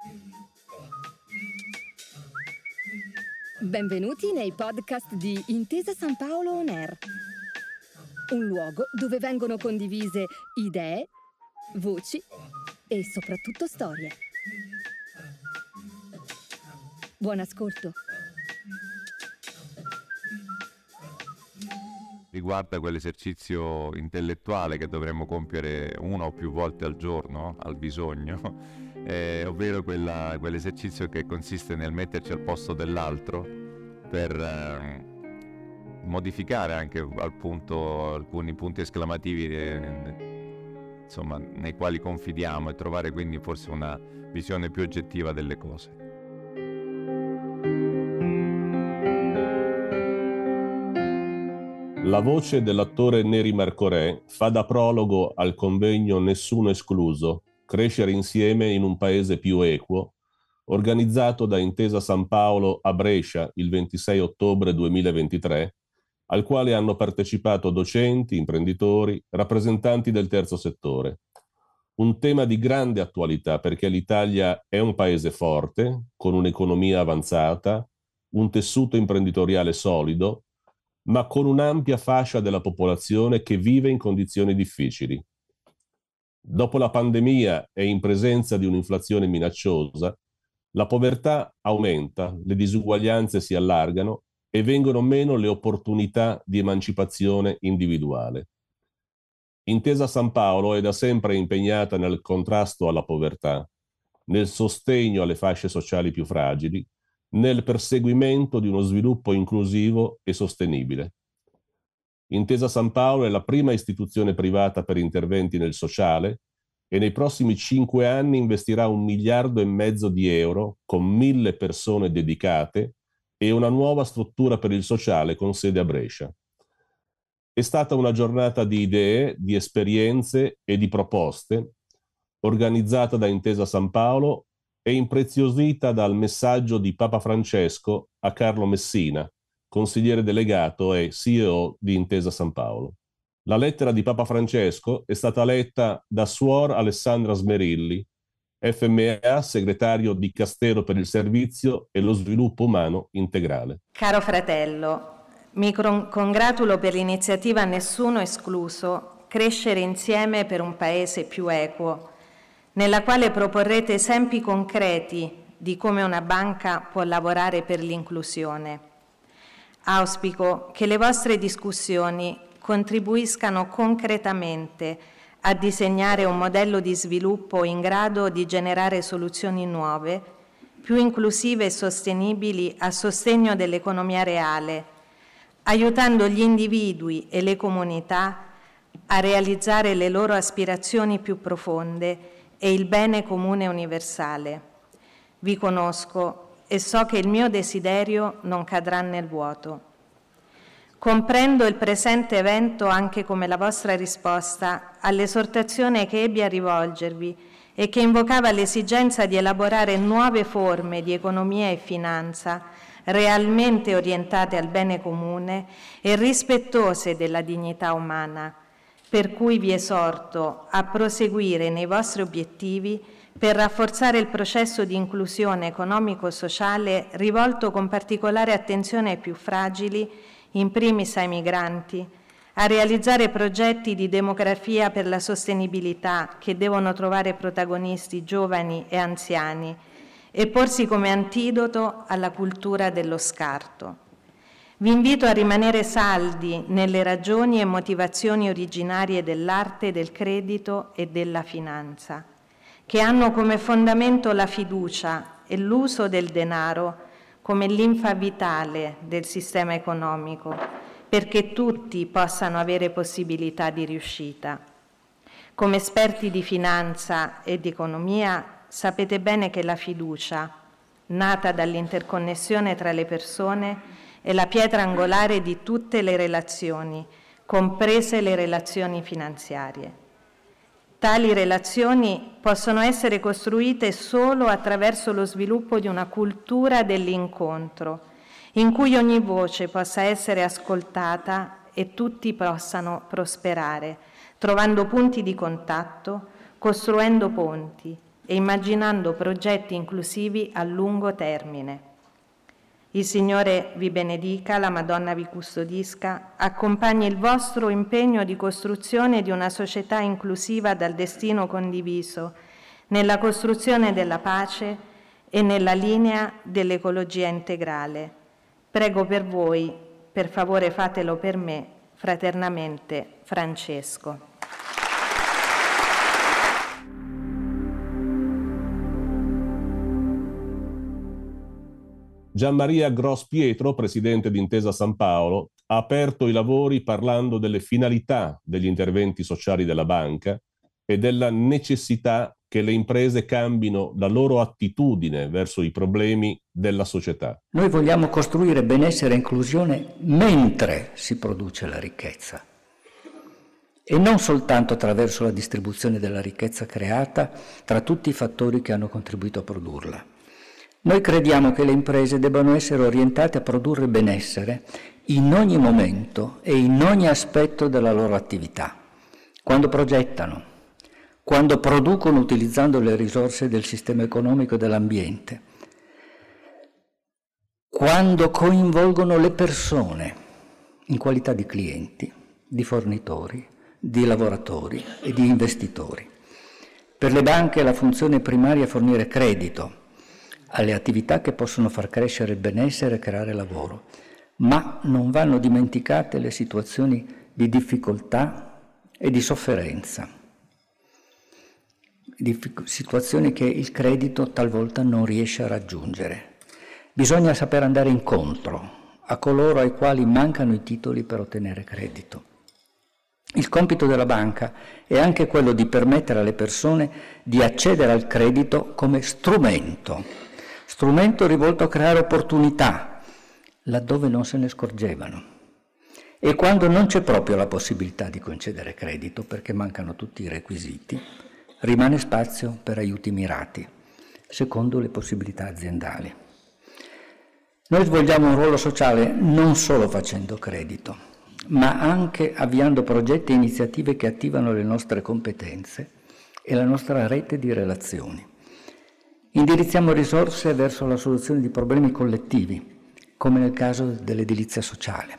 Benvenuti nei podcast di Intesa San Paolo On Air, un luogo dove vengono condivise idee, voci e soprattutto storie. Buon ascolto. Riguarda quell'esercizio intellettuale che dovremmo compiere una o più volte al giorno, al bisogno, ovvero quell'esercizio che consiste nel metterci al posto dell'altro per modificare anche appunto alcuni punti esclamativi insomma, nei quali confidiamo, e trovare quindi forse una visione più oggettiva delle cose. La voce dell'attore Neri Marcorè fa da prologo al convegno Nessuno Escluso, crescere insieme in un paese più equo, organizzato da Intesa San Paolo a Brescia il 26 ottobre 2023, al quale hanno partecipato docenti, imprenditori, rappresentanti del terzo settore. Un tema di grande attualità perché l'Italia è un paese forte, con un'economia avanzata, un tessuto imprenditoriale solido, ma con un'ampia fascia della popolazione che vive in condizioni difficili. Dopo la pandemia e in presenza di un'inflazione minacciosa, la povertà aumenta, le disuguaglianze si allargano e vengono meno le opportunità di emancipazione individuale. Intesa San Paolo è da sempre impegnata nel contrasto alla povertà, nel sostegno alle fasce sociali più fragili, nel perseguimento di uno sviluppo inclusivo e sostenibile. Intesa San Paolo è la prima istituzione privata per interventi nel sociale e nei prossimi 5 anni investirà 1,5 miliardi di euro con 1.000 persone dedicate e una nuova struttura per il sociale con sede a Brescia. È stata una giornata di idee, di esperienze e di proposte, organizzata da Intesa San Paolo e impreziosita dal messaggio di Papa Francesco a Carlo Messina, consigliere delegato e CEO di Intesa San Paolo. La lettera di Papa Francesco è stata letta da Suor Alessandra Smerilli, FMA, segretario di Dicastero per il Servizio e lo Sviluppo Umano Integrale. Caro fratello, mi congratulo per l'iniziativa Nessuno Escluso, crescere insieme per un paese più equo, nella quale proporrete esempi concreti di come una banca può lavorare per l'inclusione. Auspico che le vostre discussioni contribuiscano concretamente a disegnare un modello di sviluppo in grado di generare soluzioni nuove, più inclusive e sostenibili a sostegno dell'economia reale, aiutando gli individui e le comunità a realizzare le loro aspirazioni più profonde e il bene comune universale. Vi conosco e so che il mio desiderio non cadrà nel vuoto. Comprendo il presente evento anche come la vostra risposta all'esortazione che ebbi a rivolgervi e che invocava l'esigenza di elaborare nuove forme di economia e finanza realmente orientate al bene comune e rispettose della dignità umana, per cui vi esorto a proseguire nei vostri obiettivi per rafforzare il processo di inclusione economico-sociale rivolto con particolare attenzione ai più fragili, in primis ai migranti, a realizzare progetti di demografia per la sostenibilità che devono trovare protagonisti giovani e anziani e porsi come antidoto alla cultura dello scarto. Vi invito a rimanere saldi nelle ragioni e motivazioni originarie dell'arte, del credito e della finanza, che hanno come fondamento la fiducia e l'uso del denaro come linfa vitale del sistema economico, perché tutti possano avere possibilità di riuscita. Come esperti di finanza e di economia, sapete bene che la fiducia, nata dall'interconnessione tra le persone, è la pietra angolare di tutte le relazioni, comprese le relazioni finanziarie. Tali relazioni possono essere costruite solo attraverso lo sviluppo di una cultura dell'incontro, in cui ogni voce possa essere ascoltata e tutti possano prosperare, trovando punti di contatto, costruendo ponti, e immaginando progetti inclusivi a lungo termine. Il Signore vi benedica, la Madonna vi custodisca, accompagni il vostro impegno di costruzione di una società inclusiva dal destino condiviso, nella costruzione della pace e nella linea dell'ecologia integrale. Prego per voi, per favore fatelo per me, fraternamente Francesco. Gianmaria Grospietro, presidente di Intesa San Paolo, ha aperto i lavori parlando delle finalità degli interventi sociali della banca e della necessità che le imprese cambino la loro attitudine verso i problemi della società. Noi vogliamo costruire benessere e inclusione mentre si produce la ricchezza e non soltanto attraverso la distribuzione della ricchezza creata tra tutti i fattori che hanno contribuito a produrla. Noi crediamo che le imprese debbano essere orientate a produrre benessere in ogni momento e in ogni aspetto della loro attività, quando progettano, quando producono utilizzando le risorse del sistema economico e dell'ambiente, quando coinvolgono le persone in qualità di clienti, di fornitori, di lavoratori e di investitori. Per le banche la funzione primaria è fornire credito alle attività che possono far crescere il benessere e creare lavoro, ma non vanno dimenticate le situazioni di difficoltà e di sofferenza, situazioni che il credito talvolta non riesce a raggiungere. Bisogna saper andare incontro a coloro ai quali mancano i titoli per ottenere credito. Il compito della banca è anche quello di permettere alle persone di accedere al credito come strumento rivolto a creare opportunità laddove non se ne scorgevano. E quando non c'è proprio la possibilità di concedere credito perché mancano tutti i requisiti, rimane spazio per aiuti mirati, secondo le possibilità aziendali. Noi svolgiamo un ruolo sociale non solo facendo credito, ma anche avviando progetti e iniziative che attivano le nostre competenze e la nostra rete di relazioni. Indirizziamo risorse verso la soluzione di problemi collettivi, come nel caso dell'edilizia sociale.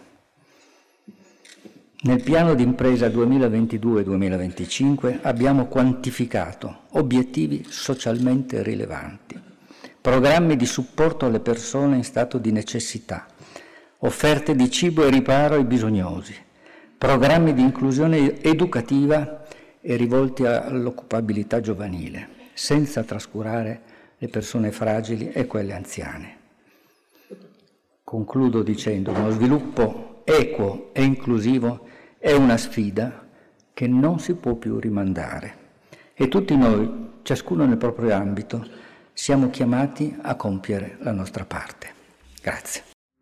Nel piano di impresa 2022-2025 abbiamo quantificato obiettivi socialmente rilevanti, programmi di supporto alle persone in stato di necessità, offerte di cibo e riparo ai bisognosi, programmi di inclusione educativa e rivolti all'occupabilità giovanile, senza trascurare le persone fragili e quelle anziane. Concludo dicendo che uno sviluppo equo e inclusivo è una sfida che non si può più rimandare e tutti noi, ciascuno nel proprio ambito, siamo chiamati a compiere la nostra parte. Grazie.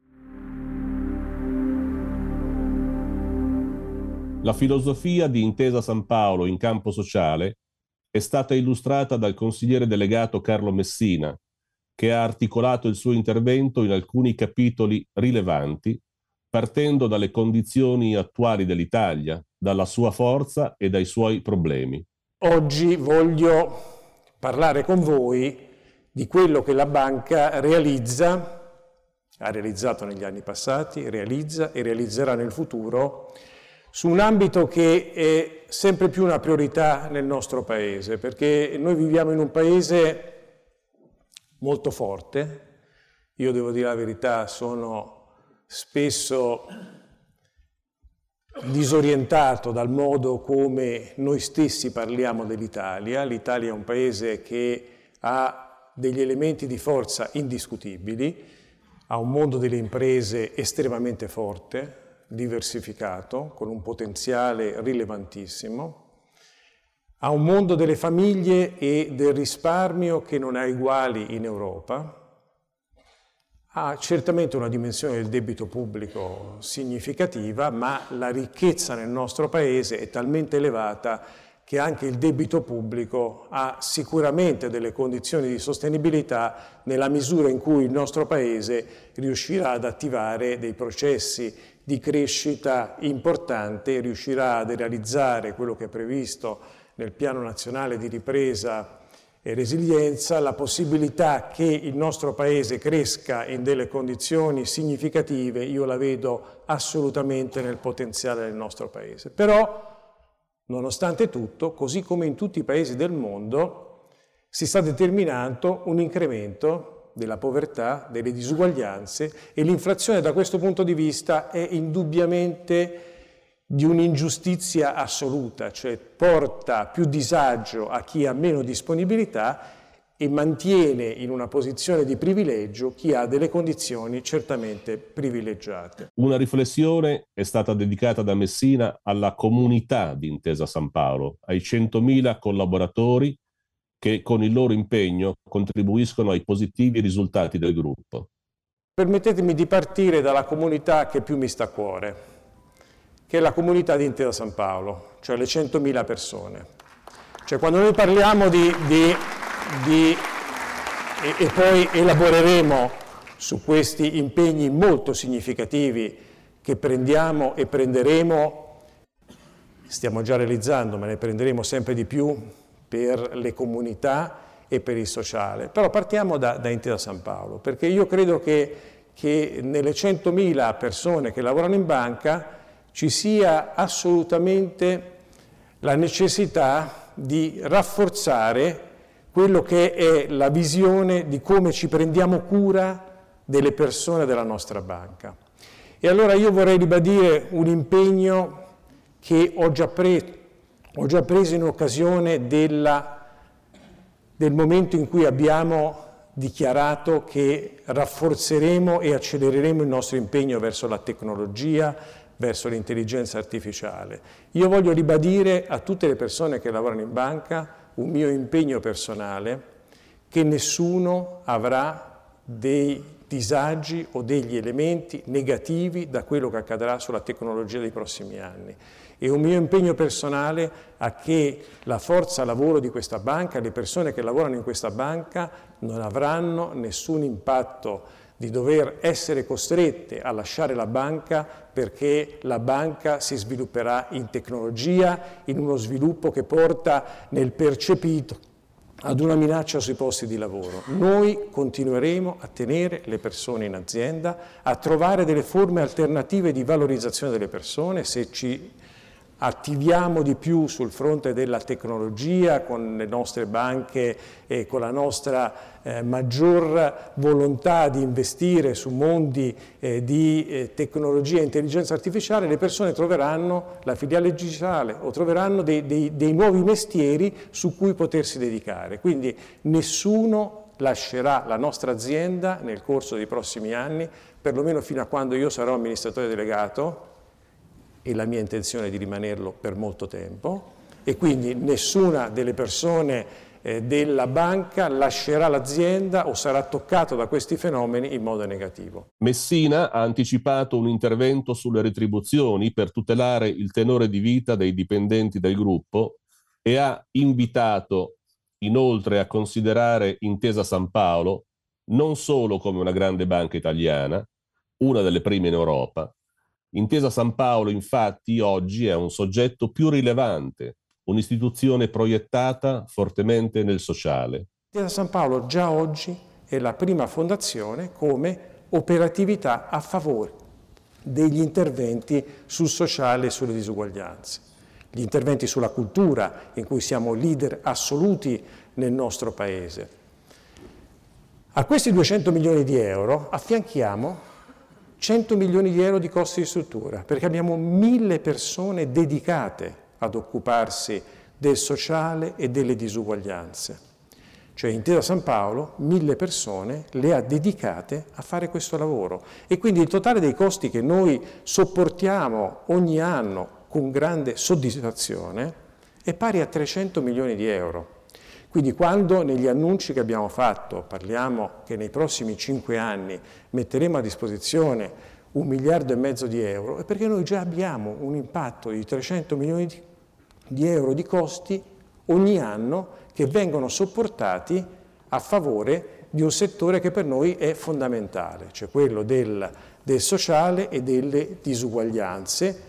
La filosofia di Intesa San Paolo in campo sociale è stata illustrata dal consigliere delegato Carlo Messina, che ha articolato il suo intervento in alcuni capitoli rilevanti, partendo dalle condizioni attuali dell'Italia, dalla sua forza e dai suoi problemi. Oggi voglio parlare con voi di quello che la banca ha realizzato negli anni passati, realizza e realizzerà nel futuro, su un ambito che è sempre più una priorità nel nostro Paese, perché noi viviamo in un Paese molto forte. Io devo dire la verità, sono spesso disorientato dal modo come noi stessi parliamo dell'Italia. L'Italia è un Paese che ha degli elementi di forza indiscutibili, ha un mondo delle imprese estremamente forte, diversificato, con un potenziale rilevantissimo, ha un mondo delle famiglie e del risparmio che non ha uguali in Europa, ha certamente una dimensione del debito pubblico significativa, ma la ricchezza nel nostro Paese è talmente elevata che anche il debito pubblico ha sicuramente delle condizioni di sostenibilità nella misura in cui il nostro Paese riuscirà ad attivare dei processi di crescita importante, riuscirà ad realizzare quello che è previsto nel Piano Nazionale di Ripresa e resilienza, la possibilità che il nostro Paese cresca in delle condizioni significative, io la vedo assolutamente nel potenziale del nostro Paese. Però, nonostante tutto, così come in tutti i Paesi del mondo, si sta determinando un incremento della povertà, delle disuguaglianze, e l'inflazione da questo punto di vista è indubbiamente di un'ingiustizia assoluta, cioè porta più disagio a chi ha meno disponibilità e mantiene in una posizione di privilegio chi ha delle condizioni certamente privilegiate. Una riflessione è stata dedicata da Messina alla comunità di Intesa San Paolo, ai 100.000 collaboratori che con il loro impegno contribuiscono ai positivi risultati del gruppo. Permettetemi di partire dalla comunità che più mi sta a cuore, che è la comunità di Intesa San Paolo, cioè le 100.000 persone. Cioè, quando noi parliamo e poi elaboreremo su questi impegni molto significativi che prendiamo e prenderemo, stiamo già realizzando, ma ne prenderemo sempre di più per le comunità e per il sociale. Però partiamo da Intesa San Paolo, perché io credo che nelle 100.000 persone che lavorano in banca ci sia assolutamente la necessità di rafforzare quello che è la visione di come ci prendiamo cura delle persone della nostra banca. E allora io vorrei ribadire un impegno che ho già preso in occasione del momento in cui abbiamo dichiarato che rafforzeremo e accelereremo il nostro impegno verso la tecnologia, verso l'intelligenza artificiale. Io voglio ribadire a tutte le persone che lavorano in banca un mio impegno personale, che nessuno avrà dei disagi o degli elementi negativi da quello che accadrà sulla tecnologia dei prossimi anni. E un mio impegno personale a che la forza lavoro di questa banca, le persone che lavorano in questa banca non avranno nessun impatto di dover essere costrette a lasciare la banca perché la banca si svilupperà in tecnologia, in uno sviluppo che porta nel percepito ad una minaccia sui posti di lavoro. Noi continueremo a tenere le persone in azienda, a trovare delle forme alternative di valorizzazione delle persone. Se ci attiviamo di più sul fronte della tecnologia con le nostre banche e con la nostra maggior volontà di investire su mondi di tecnologia e intelligenza artificiale, le persone troveranno la filiale digitale o troveranno dei nuovi mestieri su cui potersi dedicare. Quindi nessuno lascerà la nostra azienda nel corso dei prossimi anni, perlomeno fino a quando io sarò amministratore delegato, e la mia intenzione è di rimanerlo per molto tempo, e quindi nessuna delle persone della banca lascerà l'azienda o sarà toccato da questi fenomeni in modo negativo. Messina ha anticipato un intervento sulle retribuzioni per tutelare il tenore di vita dei dipendenti del gruppo e ha invitato inoltre a considerare Intesa San Paolo non solo come una grande banca italiana, una delle prime in Europa. Intesa San Paolo, infatti, oggi è un soggetto più rilevante, un'istituzione proiettata fortemente nel sociale. Intesa San Paolo già oggi è la prima fondazione come operatività a favore degli interventi sul sociale e sulle disuguaglianze. Gli interventi sulla cultura, in cui siamo leader assoluti nel nostro Paese. A questi 200 milioni di euro affianchiamo 100 milioni di euro di costi di struttura, perché abbiamo 1000 persone dedicate ad occuparsi del sociale e delle disuguaglianze. Cioè Intesa San Paolo 1000 persone le ha dedicate a fare questo lavoro e quindi il totale dei costi che noi sopportiamo ogni anno con grande soddisfazione è pari a 300 milioni di euro. Quindi quando negli annunci che abbiamo fatto parliamo che nei prossimi 5 anni metteremo a disposizione 1,5 miliardi di euro, è perché noi già abbiamo un impatto di 300 milioni di euro di costi ogni anno che vengono sopportati a favore di un settore che per noi è fondamentale, cioè quello del sociale e delle disuguaglianze,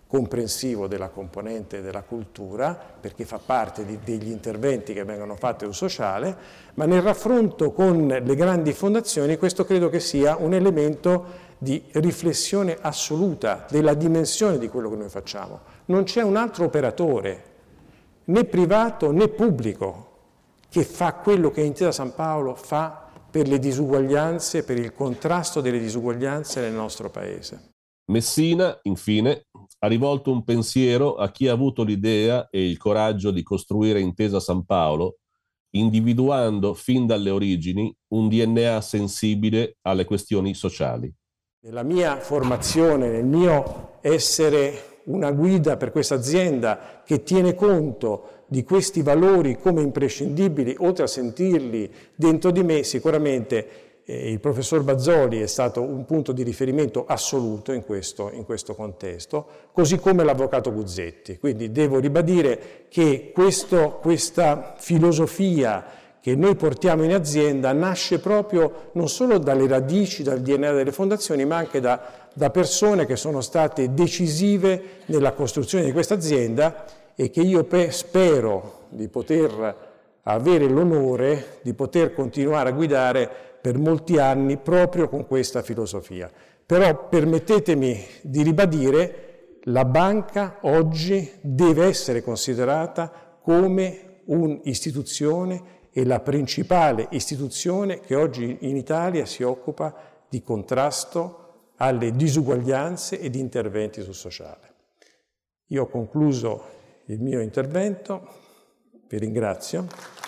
comprensivo della componente della cultura, perché fa parte degli interventi che vengono fatti sul sociale, ma nel raffronto con le grandi fondazioni questo credo che sia un elemento di riflessione assoluta della dimensione di quello che noi facciamo. Non c'è un altro operatore, né privato né pubblico, che fa quello che Intesa San Paolo fa per le disuguaglianze, per il contrasto delle disuguaglianze nel nostro Paese. Messina, infine, ha rivolto un pensiero a chi ha avuto l'idea e il coraggio di costruire Intesa San Paolo, individuando fin dalle origini un DNA sensibile alle questioni sociali. Nella mia formazione, nel mio essere una guida per questa azienda che tiene conto di questi valori come imprescindibili, oltre a sentirli dentro di me, sicuramente il professor Bazzoli è stato un punto di riferimento assoluto in questo contesto, così come l'avvocato Guzzetti. Quindi devo ribadire che questa filosofia che noi portiamo in azienda nasce proprio non solo dalle radici, dal DNA delle fondazioni, ma anche da persone che sono state decisive nella costruzione di questa azienda e che io spero di poter avere l'onore di poter continuare a guidare per molti anni proprio con questa filosofia. Però permettetemi di ribadire, la banca oggi deve essere considerata come un'istituzione e la principale istituzione che oggi in Italia si occupa di contrasto alle disuguaglianze e di interventi sul sociale. Io ho concluso il mio intervento, vi ringrazio.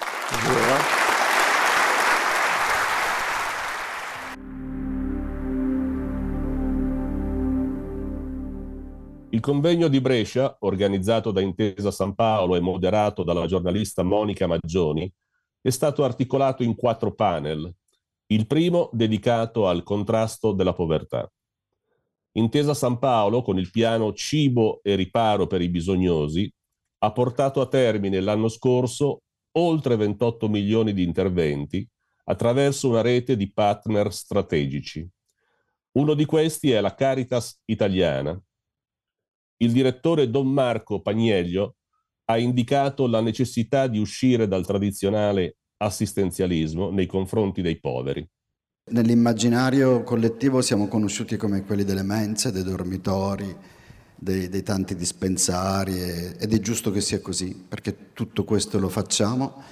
Il convegno di Brescia, organizzato da Intesa San Paolo e moderato dalla giornalista Monica Maggioni, è stato articolato in 4 panel. Il primo dedicato al contrasto della povertà. Intesa San Paolo, con il piano Cibo e Riparo per i bisognosi, ha portato a termine l'anno scorso oltre 28 milioni di interventi attraverso una rete di partner strategici. Uno di questi è la Caritas italiana. Il direttore Don Marco Pagneglio ha indicato la necessità di uscire dal tradizionale assistenzialismo nei confronti dei poveri. Nell'immaginario collettivo siamo conosciuti come quelli delle mense, dei dormitori, dei tanti dispensari ed è giusto che sia così, perché tutto questo lo facciamo,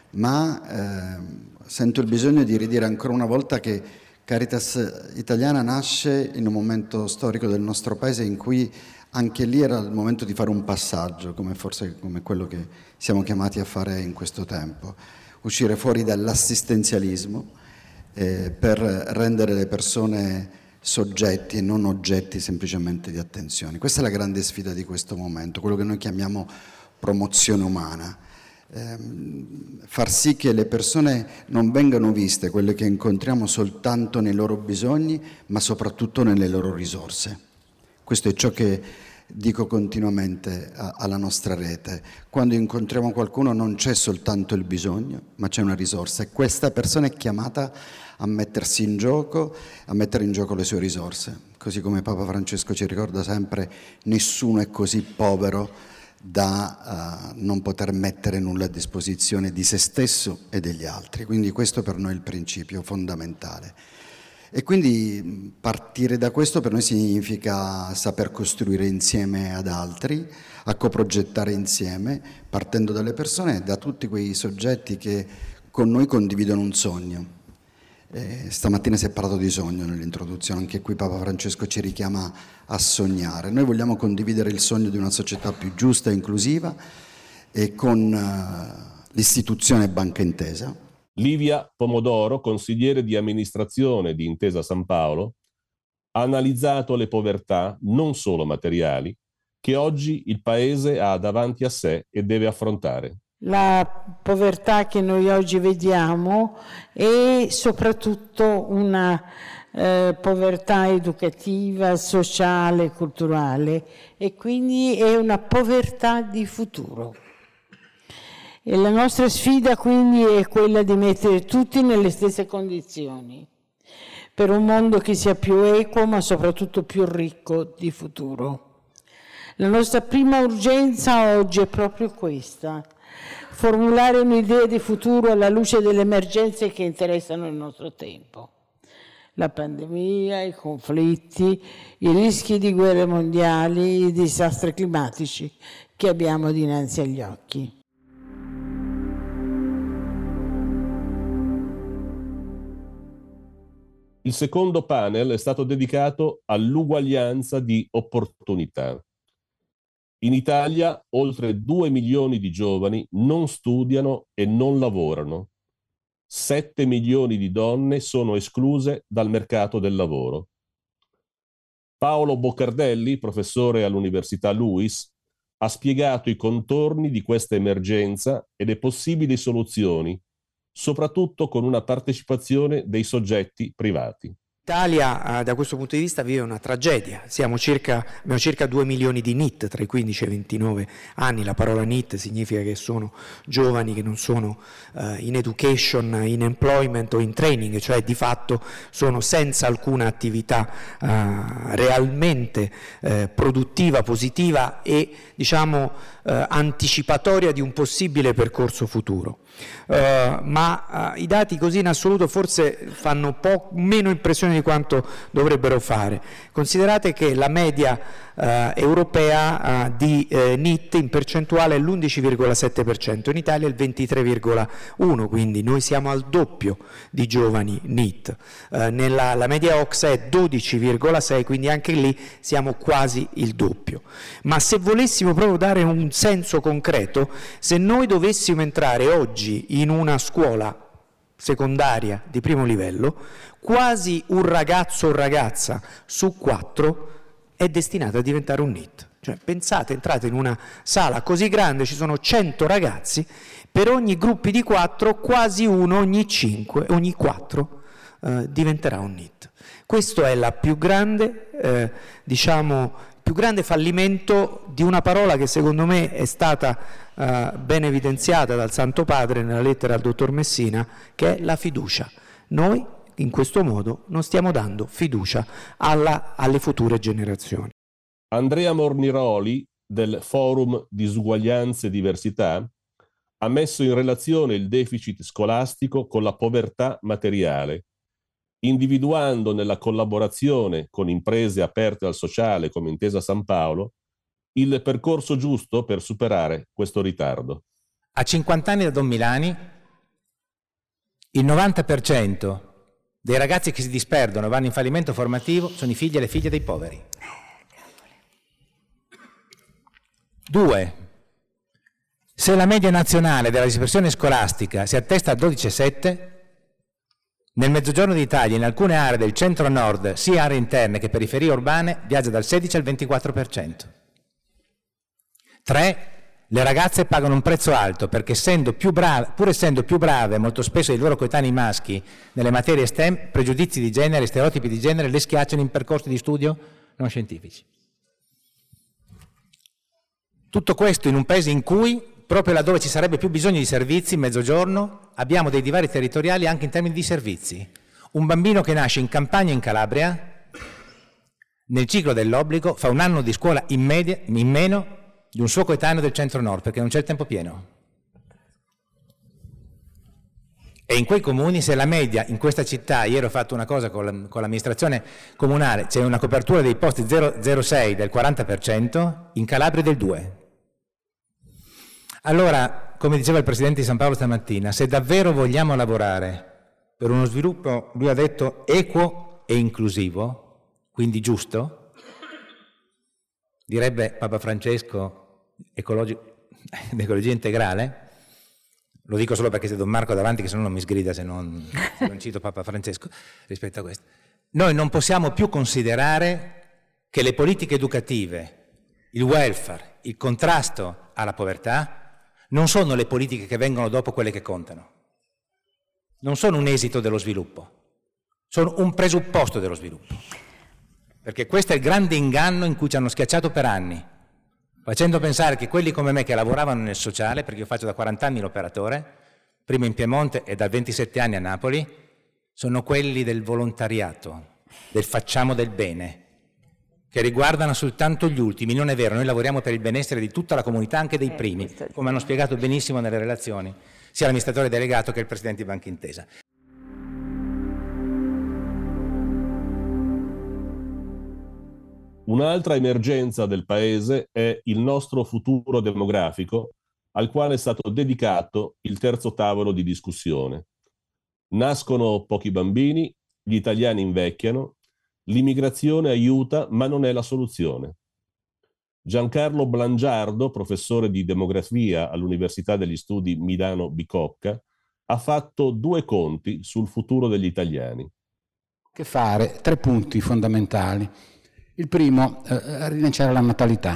ma sento il bisogno di ridire ancora una volta che Caritas italiana nasce in un momento storico del nostro paese in cui anche lì era il momento di fare un passaggio, come quello che siamo chiamati a fare in questo tempo, uscire fuori dall'assistenzialismo per rendere le persone soggetti e non oggetti semplicemente di attenzione. Questa è la grande sfida di questo momento, quello che noi chiamiamo promozione umana. Far sì che le persone non vengano viste, quelle che incontriamo, soltanto nei loro bisogni, ma soprattutto nelle loro risorse. Questo è ciò che dico continuamente alla nostra rete. Quando incontriamo qualcuno non c'è soltanto il bisogno, ma c'è una risorsa e questa persona è chiamata a mettersi in gioco, a mettere in gioco le sue risorse. Così come Papa Francesco ci ricorda sempre, nessuno è così povero da non poter mettere nulla a disposizione di se stesso e degli altri. Quindi questo per noi è il principio fondamentale. E quindi partire da questo per noi significa saper costruire insieme ad altri, a coprogettare insieme, partendo dalle persone, da tutti quei soggetti che con noi condividono un sogno. Stamattina si è parlato di sogno nell'introduzione, anche qui Papa Francesco ci richiama a sognare. Noi vogliamo condividere il sogno di una società più giusta e inclusiva e con l'istituzione Banca Intesa. Livia Pomodoro, consigliere di amministrazione di Intesa San Paolo, ha analizzato le povertà, non solo materiali, che oggi il Paese ha davanti a sé e deve affrontare. La povertà che noi oggi vediamo è soprattutto una povertà educativa, sociale, culturale e quindi è una povertà di futuro. E la nostra sfida quindi è quella di mettere tutti nelle stesse condizioni per un mondo che sia più equo ma soprattutto più ricco di futuro. La nostra prima urgenza oggi è proprio questa: formulare un'idea di futuro alla luce delle emergenze che interessano il nostro tempo. La pandemia, i conflitti, i rischi di guerre mondiali, i disastri climatici che abbiamo dinanzi agli occhi. Il secondo panel è stato dedicato all'uguaglianza di opportunità. In Italia oltre 2 milioni di giovani non studiano e non lavorano. 7 milioni di donne sono escluse dal mercato del lavoro. Paolo Boccardelli, professore all'Università LUISS, ha spiegato i contorni di questa emergenza e le possibili soluzioni, soprattutto con una partecipazione dei soggetti privati. L'Italia da questo punto di vista vive una tragedia, abbiamo circa 2 milioni di NEET tra i 15 e i 29 anni, la parola NEET significa che sono giovani che non sono in education, in employment o in training, cioè di fatto sono senza alcuna attività realmente produttiva, positiva e diciamo anticipatoria di un possibile percorso futuro. Ma i dati così in assoluto forse fanno meno impressione di quanto dovrebbero fare. Considerate che la media europea di NEET in percentuale è l'11,7%, in Italia il 23,1%, quindi noi siamo al doppio di giovani NEET. La media OCSE è 12,6%, quindi anche lì siamo quasi il doppio. Ma se volessimo proprio dare un senso concreto, se noi dovessimo entrare oggi in una scuola secondaria di primo livello, quasi un ragazzo o ragazza su 4 è destinato a diventare un NEET. Cioè, pensate, entrate in una sala così grande, ci sono 100 ragazzi, per ogni gruppo di 4, quasi uno ogni 4 diventerà un NEET. Questo è la più grande, più grande fallimento di una parola che secondo me è stata ben evidenziata dal Santo Padre nella lettera al dottor Messina, che è la fiducia. Noi in questo modo non stiamo dando fiducia alle future generazioni. Andrea Morniroli del Forum Disuguaglianze e Diversità ha messo in relazione il deficit scolastico con la povertà materiale, individuando nella collaborazione con imprese aperte al sociale come Intesa San Paolo il percorso giusto per superare questo ritardo. A 50 anni da Don Milani, il 90% dei ragazzi che si disperdono e vanno in fallimento formativo sono i figli e le figlie dei poveri. 2. Se la media nazionale della dispersione scolastica si attesta a 12,7, nel mezzogiorno d'Italia, in alcune aree del centro-nord, sia aree interne che periferie urbane, viaggia dal 16 al 24%. 3. Le ragazze pagano un prezzo alto perché pur essendo più brave molto spesso dei loro coetanei maschi nelle materie STEM, pregiudizi di genere, stereotipi di genere le schiacciano in percorsi di studio non scientifici. Tutto questo in un paese in cui, proprio laddove ci sarebbe più bisogno di servizi, in mezzogiorno, abbiamo dei divari territoriali anche in termini di servizi. Un bambino che nasce in campagna in Calabria, nel ciclo dell'obbligo, fa un anno di scuola in meno di un suo coetaneo del centro-nord, perché non c'è il tempo pieno. E in quei comuni, se la media in questa città, ieri ho fatto una cosa con l'amministrazione comunale, c'è una copertura dei posti 0,06 del 40%, in Calabria del 2%. Allora, come diceva il Presidente di San Paolo stamattina, se davvero vogliamo lavorare per uno sviluppo, lui ha detto, equo e inclusivo, quindi giusto, direbbe Papa Francesco, l'ecologia integrale, lo dico solo perché c'è Don Marco davanti, che se no non mi sgrida se non cito Papa Francesco rispetto a questo. Noi non possiamo più considerare che le politiche educative, il welfare, il contrasto alla povertà non sono le politiche che vengono dopo quelle che contano. Non sono un esito dello sviluppo, sono un presupposto dello sviluppo. Perché questo è il grande inganno in cui ci hanno schiacciato per anni, facendo pensare che quelli come me che lavoravano nel sociale, perché io faccio da 40 anni l'operatore, prima in Piemonte e da 27 anni a Napoli, sono quelli del volontariato, del facciamo del bene, che riguardano soltanto gli ultimi. Non è vero, noi lavoriamo per il benessere di tutta la comunità, anche dei primi, come hanno spiegato benissimo nelle relazioni sia l'amministratore delegato che il presidente di Banca Intesa. Un'altra emergenza del Paese è il nostro futuro demografico, al quale è stato dedicato il terzo tavolo di discussione. Nascono pochi bambini, gli italiani invecchiano, l'immigrazione aiuta ma non è la soluzione. Giancarlo Blangiardo, professore di demografia all'Università degli Studi Milano Bicocca, ha fatto 2 conti sul futuro degli italiani. Che fare? 3 punti fondamentali. Il primo, rilanciare la natalità.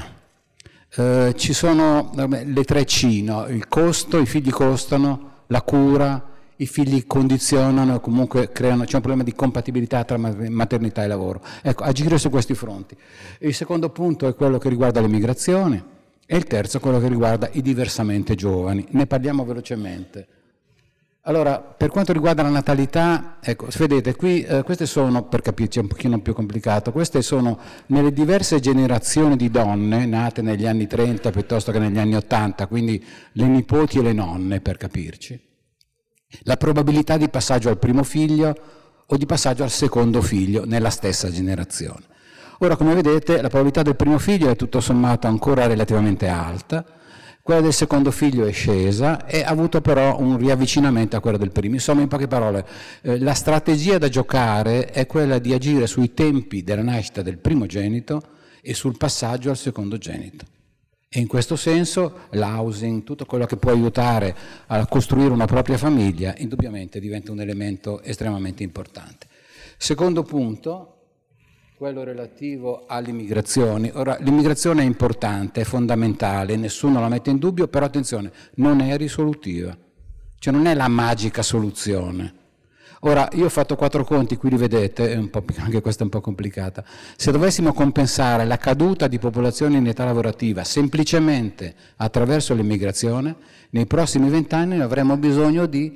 Ci sono le 3 C, no? Il costo, i figli costano, la cura, i figli condizionano e comunque creano, c'è un problema di compatibilità tra maternità e lavoro. Ecco, agire su questi fronti. Il secondo punto è quello che riguarda l'immigrazione e il terzo è quello che riguarda i diversamente giovani. Ne parliamo velocemente. Allora, per quanto riguarda la natalità, ecco, vedete, qui queste sono, per capirci è un pochino più complicato, queste sono nelle diverse generazioni di donne nate negli anni 30 piuttosto che negli anni 80, quindi le nipoti e le nonne, per capirci. La probabilità di passaggio al primo figlio o di passaggio al secondo figlio nella stessa generazione. Ora, come vedete, la probabilità del primo figlio è tutto sommato ancora relativamente alta, quella del secondo figlio è scesa e ha avuto però un riavvicinamento a quella del primo. Insomma, in poche parole, la strategia da giocare è quella di agire sui tempi della nascita del primogenito e sul passaggio al secondogenito. E in questo senso l'housing, tutto quello che può aiutare a costruire una propria famiglia, indubbiamente diventa un elemento estremamente importante. Secondo punto, quello relativo all'immigrazione. Ora, l'immigrazione è importante, è fondamentale, nessuno la mette in dubbio, però attenzione, non è risolutiva, cioè non è la magica soluzione. Ora, io ho fatto 4 conti, qui li vedete, anche questa è un po' complicata. Se dovessimo compensare la caduta di popolazione in età lavorativa semplicemente attraverso l'immigrazione, nei prossimi 20 anni avremo bisogno di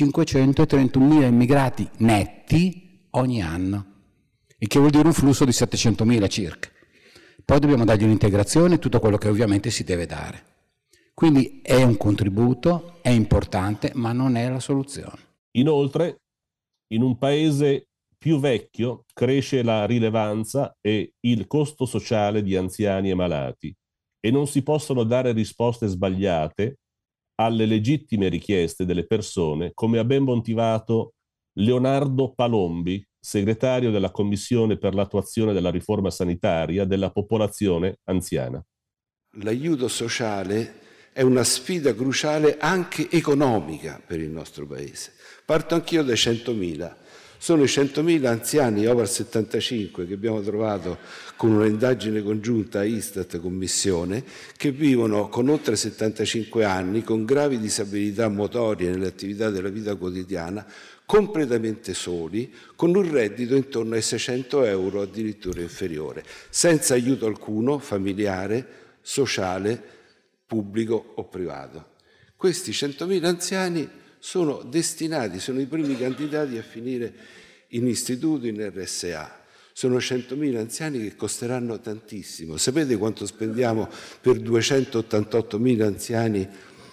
531.000 immigrati netti ogni anno, il che vuol dire un flusso di 700.000 circa. Poi dobbiamo dargli un'integrazione e tutto quello che ovviamente si deve dare. Quindi è un contributo, è importante, ma non è la soluzione. Inoltre, in un paese più vecchio cresce la rilevanza e il costo sociale di anziani e malati e non si possono dare risposte sbagliate alle legittime richieste delle persone, come ha ben motivato Leonardo Palombi, segretario della Commissione per l'attuazione della riforma sanitaria della popolazione anziana. L'aiuto sociale è una sfida cruciale anche economica per il nostro Paese. Parto anch'io dai 100.000. Sono i 100.000 anziani over 75 che abbiamo trovato con un'indagine congiunta Istat Commissione, che vivono con oltre 75 anni, con gravi disabilità motorie nelle attività della vita quotidiana, completamente soli, con un reddito intorno ai 600 euro, addirittura inferiore, senza aiuto alcuno, familiare, sociale, pubblico o privato. Questi 100.000 anziani sono destinati, sono i primi candidati a finire in istituto, in RSA. Sono 100.000 anziani che costeranno tantissimo. Sapete quanto spendiamo per 288.000 anziani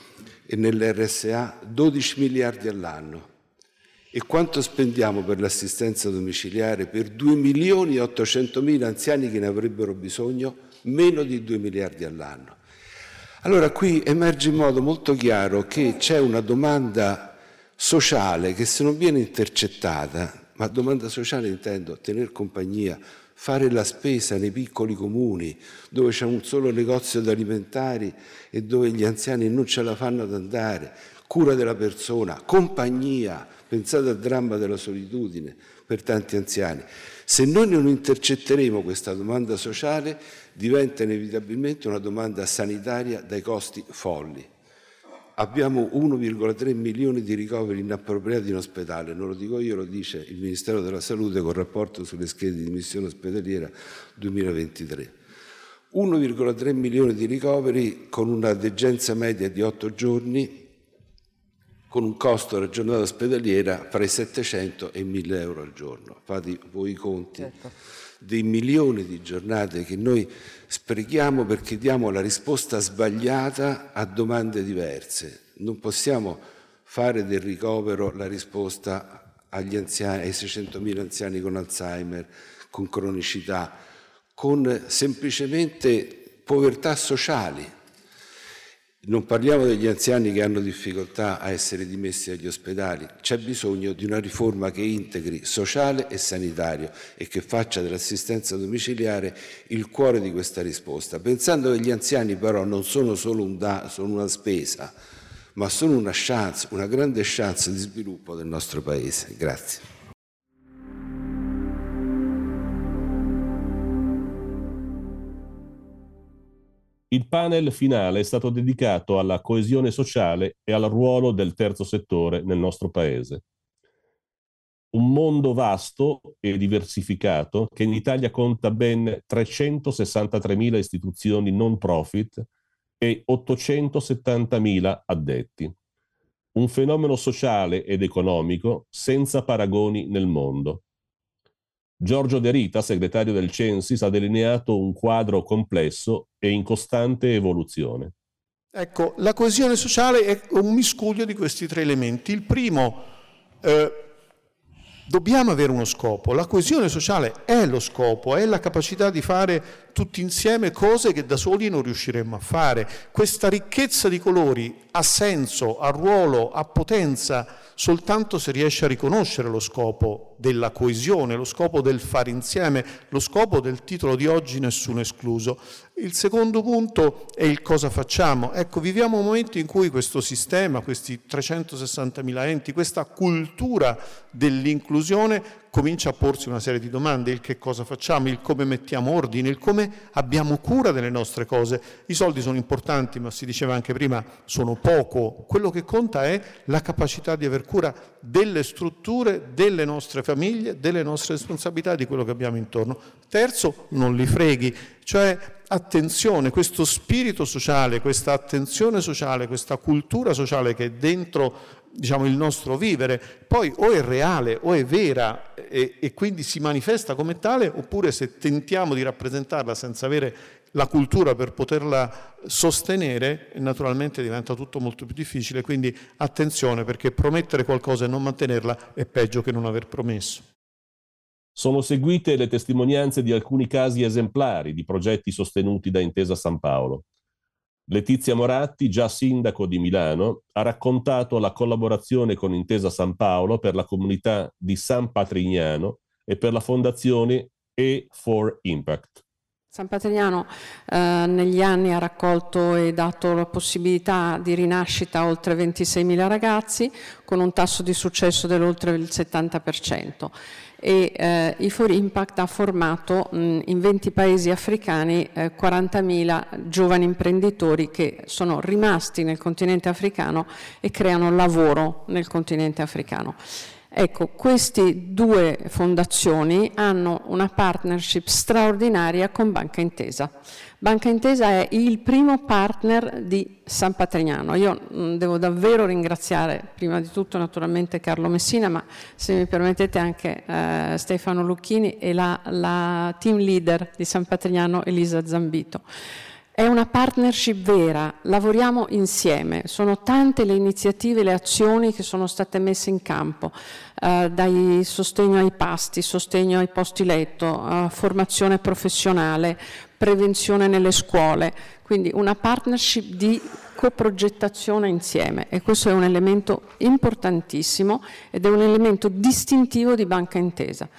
nell'RSA? 12 miliardi all'anno. E quanto spendiamo per l'assistenza domiciliare per 2.800.000 anziani che ne avrebbero bisogno? Meno di 2 miliardi all'anno. Allora qui emerge in modo molto chiaro che c'è una domanda sociale che se non viene intercettata, ma domanda sociale intendo tener compagnia, fare la spesa nei piccoli comuni dove c'è un solo negozio di alimentari e dove gli anziani non ce la fanno ad andare, cura della persona, compagnia, pensate al dramma della solitudine per tanti anziani. Se noi non intercetteremo questa domanda sociale, diventa inevitabilmente una domanda sanitaria dai costi folli. Abbiamo 1,3 milioni di ricoveri inappropriati in ospedale, non lo dico io, lo dice il Ministero della Salute col rapporto sulle schede di missione ospedaliera 2023. 1,3 milioni di ricoveri con una degenza media di 8 giorni con un costo della giornata ospedaliera fra i 700 e i 1000 euro al giorno. Fate voi i conti. Certo. Dei milioni di giornate che noi sprechiamo perché diamo la risposta sbagliata a domande diverse. Non possiamo fare del ricovero la risposta agli anziani, ai 600.000 anziani con Alzheimer, con cronicità, con semplicemente povertà sociali. Non parliamo degli anziani che hanno difficoltà a essere dimessi dagli ospedali. C'è bisogno di una riforma che integri sociale e sanitario e che faccia dell'assistenza domiciliare il cuore di questa risposta, pensando che gli anziani però non sono solo sono una spesa, ma sono una chance, una grande chance di sviluppo del nostro Paese. Grazie. Il panel finale è stato dedicato alla coesione sociale e al ruolo del terzo settore nel nostro Paese. Un mondo vasto e diversificato che in Italia conta ben 363.000 istituzioni non profit e 870.000 addetti. Un fenomeno sociale ed economico senza paragoni nel mondo. Giorgio De Rita, segretario del Censis, ha delineato un quadro complesso e in costante evoluzione. Ecco, la coesione sociale è un miscuglio di questi tre elementi. Il primo, dobbiamo avere uno scopo. La coesione sociale è lo scopo, è la capacità di fare tutti insieme cose che da soli non riusciremmo a fare. Questa ricchezza di colori ha senso, ha ruolo, ha potenza soltanto se riesce a riconoscere lo scopo della coesione, lo scopo del fare insieme, lo scopo del titolo di oggi, nessuno escluso. Il secondo punto è il cosa facciamo. Ecco, viviamo un momento in cui questo sistema, questi 360.000 enti, questa cultura dell'inclusione comincia a porsi una serie di domande, il che cosa facciamo, il come mettiamo ordine, il come abbiamo cura delle nostre cose. I soldi sono importanti, ma si diceva anche prima, sono poco. Quello che conta è la capacità di aver cura delle strutture, delle nostre famiglie, delle nostre responsabilità, di quello che abbiamo intorno. Terzo, non li freghi, cioè attenzione, questo spirito sociale, questa attenzione sociale, questa cultura sociale che è dentro, diciamo, il nostro vivere, poi o è reale o è vera e quindi si manifesta come tale, oppure se tentiamo di rappresentarla senza avere la cultura per poterla sostenere, naturalmente diventa tutto molto più difficile, quindi attenzione, perché promettere qualcosa e non mantenerla è peggio che non aver promesso. Sono seguite le testimonianze di alcuni casi esemplari di progetti sostenuti da Intesa San Paolo. Letizia Moratti, già sindaco di Milano, ha raccontato la collaborazione con Intesa San Paolo per la comunità di San Patrignano e per la fondazione E4Impact. San Patrignano negli anni ha raccolto e dato la possibilità di rinascita a oltre 26.000 ragazzi con un tasso di successo dell'oltre il 70%. E E4Impact ha formato in 20 paesi africani 40.000 giovani imprenditori che sono rimasti nel continente africano e creano lavoro nel continente africano. Ecco, queste due fondazioni hanno una partnership straordinaria con Banca Intesa. Banca Intesa è il primo partner di San Patrignano. Io devo davvero ringraziare prima di tutto naturalmente Carlo Messina, ma se mi permettete anche Stefano Lucchini e la team leader di San Patrignano Elisa Zambito. È una partnership vera, lavoriamo insieme, sono tante le iniziative, le azioni che sono state messe in campo, dai sostegno ai pasti, sostegno ai posti letto, formazione professionale, prevenzione nelle scuole, quindi una partnership di coprogettazione insieme e questo è un elemento importantissimo ed è un elemento distintivo di Banca Intesa.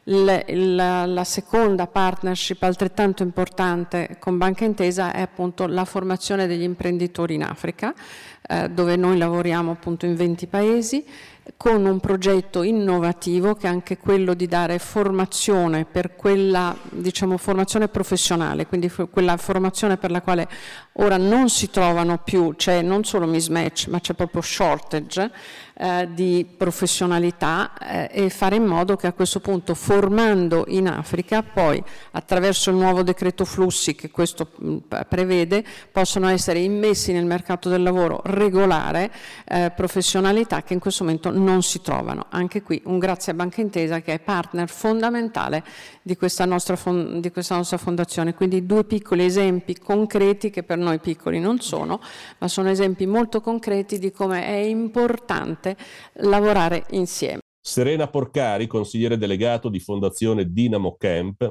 La seconda partnership altrettanto importante con Banca Intesa è appunto la formazione degli imprenditori in Africa, dove noi lavoriamo appunto in 20 paesi con un progetto innovativo che è anche quello di dare formazione per quella, diciamo, formazione professionale, quindi quella formazione per la quale ora non si trovano più, c'è non solo mismatch, ma c'è proprio shortage di professionalità, e fare in modo che a questo punto, formando in Africa, poi attraverso il nuovo decreto flussi che questo prevede, possono essere immessi nel mercato del lavoro regolare professionalità che in questo momento non si trovano. Anche qui un grazie a Banca Intesa, che è partner fondamentale di questa nostra fondazione. Quindi 2 piccoli esempi concreti, che per noi piccoli non sono, ma sono esempi molto concreti di come è importante lavorare insieme. Serena Porcari, consigliere delegato di Fondazione Dynamo Camp,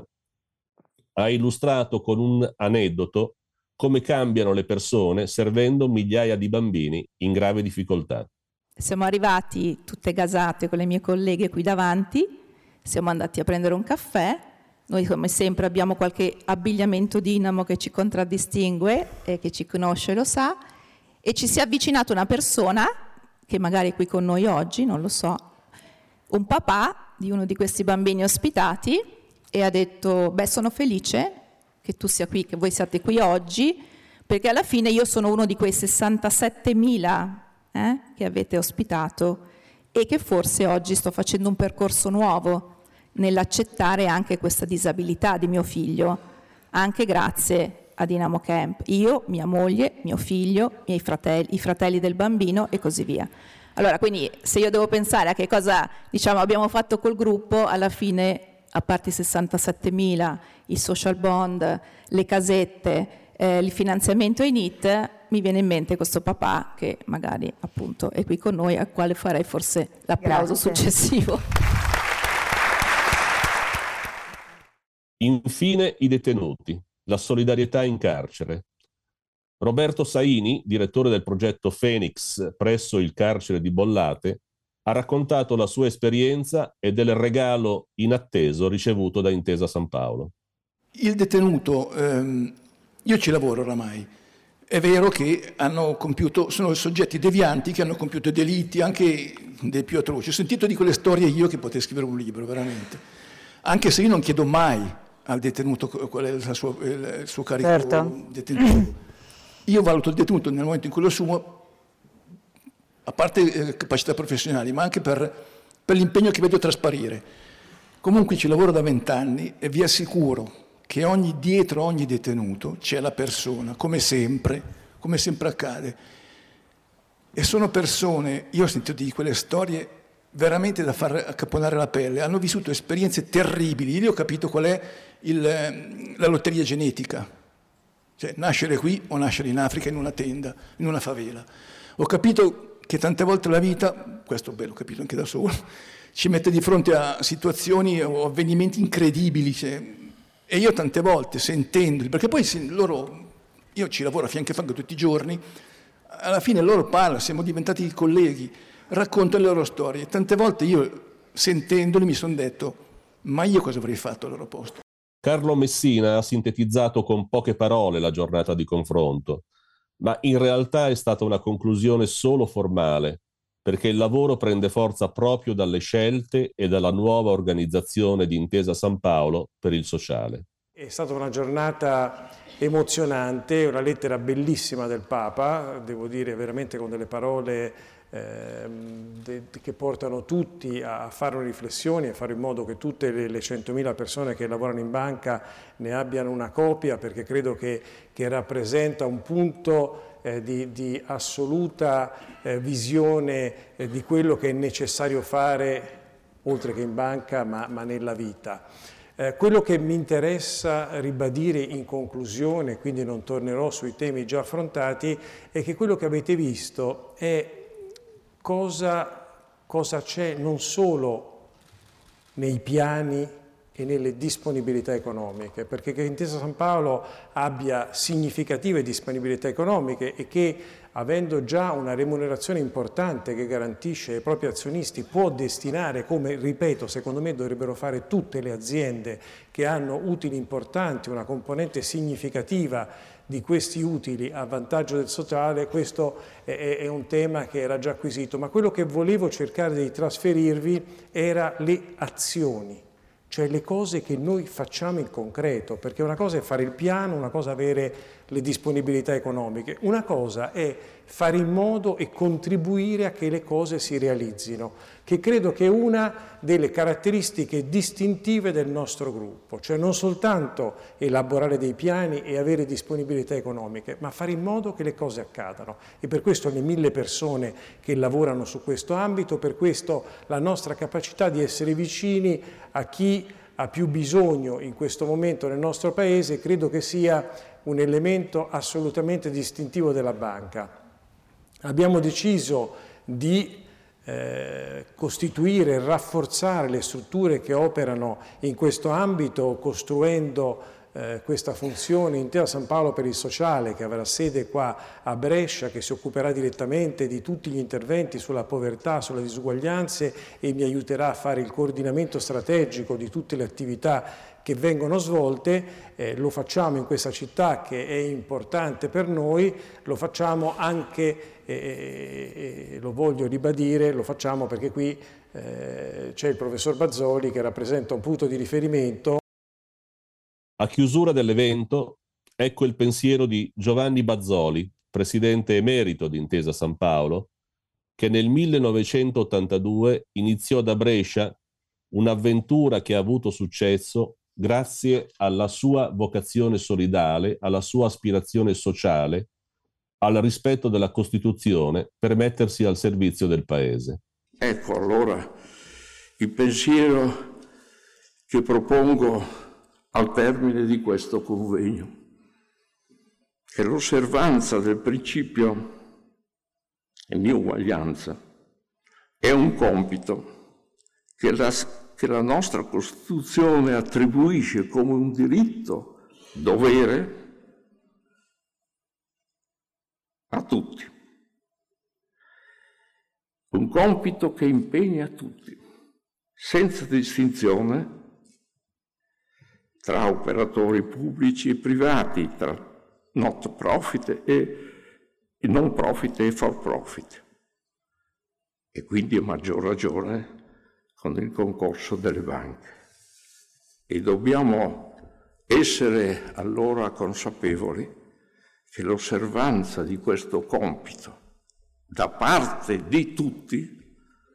ha illustrato con un aneddoto come cambiano le persone servendo migliaia di bambini in grave difficoltà. Siamo arrivati tutte gasate con le mie colleghe qui davanti, siamo andati a prendere un caffè. Noi come sempre abbiamo qualche abbigliamento Dynamo che ci contraddistingue e che ci conosce lo sa, e ci si è avvicinata una persona che magari è qui con noi oggi, non lo so, un papà di uno di questi bambini ospitati, e ha detto: beh, sono felice che tu sia qui, che voi siate qui oggi, perché alla fine io sono uno di quei 67.000 che avete ospitato, e che forse oggi sto facendo un percorso nuovo nell'accettare anche questa disabilità di mio figlio, anche grazie a Dynamo Camp. Io, mia moglie, mio figlio, i fratelli del bambino e così via. Allora, quindi se io devo pensare a che cosa, diciamo, abbiamo fatto col gruppo, alla fine, a parte i 67.000, i social bond, le casette, il finanziamento ai NEET, mi viene in mente questo papà che magari appunto è qui con noi, al quale farei forse l'applauso successivo. Infine i detenuti, la solidarietà in carcere. Roberto Saini, direttore del progetto Phoenix presso il carcere di Bollate, ha raccontato la sua esperienza e del regalo inatteso ricevuto da Intesa San Paolo. Il detenuto, io ci lavoro oramai, è vero che sono soggetti devianti che hanno compiuto delitti anche dei più atroci. Ho sentito di quelle storie io che potrei scrivere un libro, veramente. Anche se io non chiedo mai al detenuto qual è il suo carico detentivo. Io valuto il detenuto nel momento in cui lo assumo, a parte capacità professionali, ma anche per l'impegno che vedo trasparire. Comunque ci lavoro da 20 anni e vi assicuro che dietro ogni detenuto c'è la persona, come sempre accade. E sono persone, io ho sentito di quelle storie veramente da far accapponare la pelle, hanno vissuto esperienze terribili. Io ho capito qual è la lotteria genetica, cioè nascere qui o nascere in Africa in una tenda, in una favela. Ho capito che tante volte la vita, questo l'ho capito anche da solo, ci mette di fronte a situazioni o avvenimenti incredibili, e io tante volte sentendoli, perché poi io ci lavoro a fianco a fianco tutti i giorni, alla fine loro parlano, siamo diventati colleghi, raccontano le loro storie. Tante volte io, sentendoli, mi sono detto: ma io cosa avrei fatto al loro posto? Carlo Messina ha sintetizzato con poche parole la giornata di confronto, ma in realtà è stata una conclusione solo formale, perché il lavoro prende forza proprio dalle scelte e dalla nuova organizzazione di Intesa San Paolo per il sociale. È stata una giornata emozionante, una lettera bellissima del Papa, devo dire veramente con delle parole che portano tutti a fare una riflessione, a fare in modo che tutte le 100.000 persone che lavorano in banca ne abbiano una copia, perché credo che rappresenta un punto di assoluta visione di quello che è necessario fare, oltre che in banca, ma nella vita. Quello che mi interessa ribadire in conclusione, quindi non tornerò sui temi già affrontati, è che quello che avete visto è cosa c'è non solo nei piani e nelle disponibilità economiche, perché che Intesa San Paolo abbia significative disponibilità economiche e che, avendo già una remunerazione importante che garantisce ai propri azionisti, può destinare, come ripeto, secondo me dovrebbero fare tutte le aziende che hanno utili importanti, una componente significativa di questi utili a vantaggio del sociale. Questo è un tema che era già acquisito, ma quello che volevo cercare di trasferirvi era le azioni, cioè le cose che noi facciamo in concreto, perché una cosa è fare il piano, una cosa è avere le disponibilità economiche, una cosa è fare in modo e contribuire a che le cose si realizzino, che credo che è una delle caratteristiche distintive del nostro gruppo, cioè non soltanto elaborare dei piani e avere disponibilità economiche, ma fare in modo che le cose accadano. E per questo le 1000 persone che lavorano su questo ambito, per questo la nostra capacità di essere vicini a chi ha più bisogno in questo momento nel nostro Paese, credo che sia un elemento assolutamente distintivo della banca. Abbiamo deciso di costituire e rafforzare le strutture che operano in questo ambito, costruendo questa funzione Intesa San Paolo per il sociale, che avrà sede qua a Brescia, che si occuperà direttamente di tutti gli interventi sulla povertà, sulle disuguaglianze e mi aiuterà a fare il coordinamento strategico di tutte le attività che vengono svolte. Lo facciamo in questa città che è importante per noi, lo facciamo anche, lo voglio ribadire, lo facciamo perché qui c'è il professor Bazzoli che rappresenta un punto di riferimento. A chiusura dell'evento, ecco il pensiero di Giovanni Bazzoli, presidente emerito di Intesa San Paolo, che nel 1982 iniziò da Brescia un'avventura che ha avuto successo grazie alla sua vocazione solidale, alla sua aspirazione sociale, al rispetto della Costituzione per mettersi al servizio del Paese. Ecco allora il pensiero che propongo al termine di questo convegno, che l'osservanza del principio di uguaglianza è un compito che la nostra Costituzione attribuisce come un diritto, dovere a tutti. Un compito che impegna tutti, senza distinzione tra operatori pubblici e privati, tra not profit e non profit e for profit. E quindi a maggior ragione con il concorso delle banche. E dobbiamo essere allora consapevoli che l'osservanza di questo compito da parte di tutti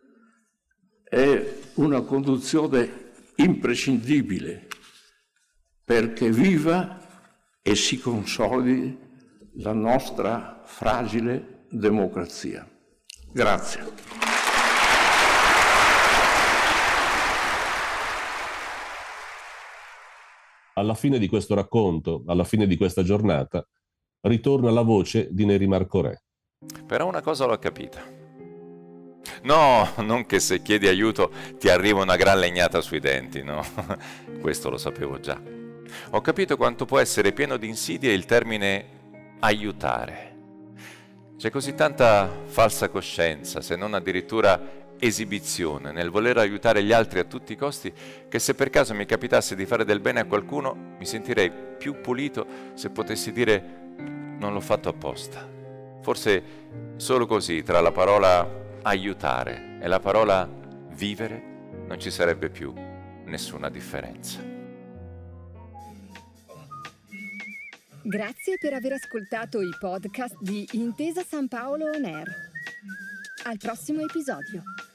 è una condizione imprescindibile perché viva e si consolidi la nostra fragile democrazia. Grazie. Alla fine di questo racconto, alla fine di questa giornata, ritorna la voce di Neri Marco Re. Però una cosa l'ho capita. No, non che se chiedi aiuto ti arriva una gran legnata sui denti, no? Questo lo sapevo già. Ho capito quanto può essere pieno di insidie il termine aiutare. C'è così tanta falsa coscienza, se non addirittura esibizione, nel voler aiutare gli altri a tutti i costi, che se per caso mi capitasse di fare del bene a qualcuno, mi sentirei più pulito se potessi dire non l'ho fatto apposta. Forse solo così, tra la parola aiutare e la parola vivere, non ci sarebbe più nessuna differenza. Grazie per aver ascoltato i podcast di Intesa San Paolo On Air. Al prossimo episodio.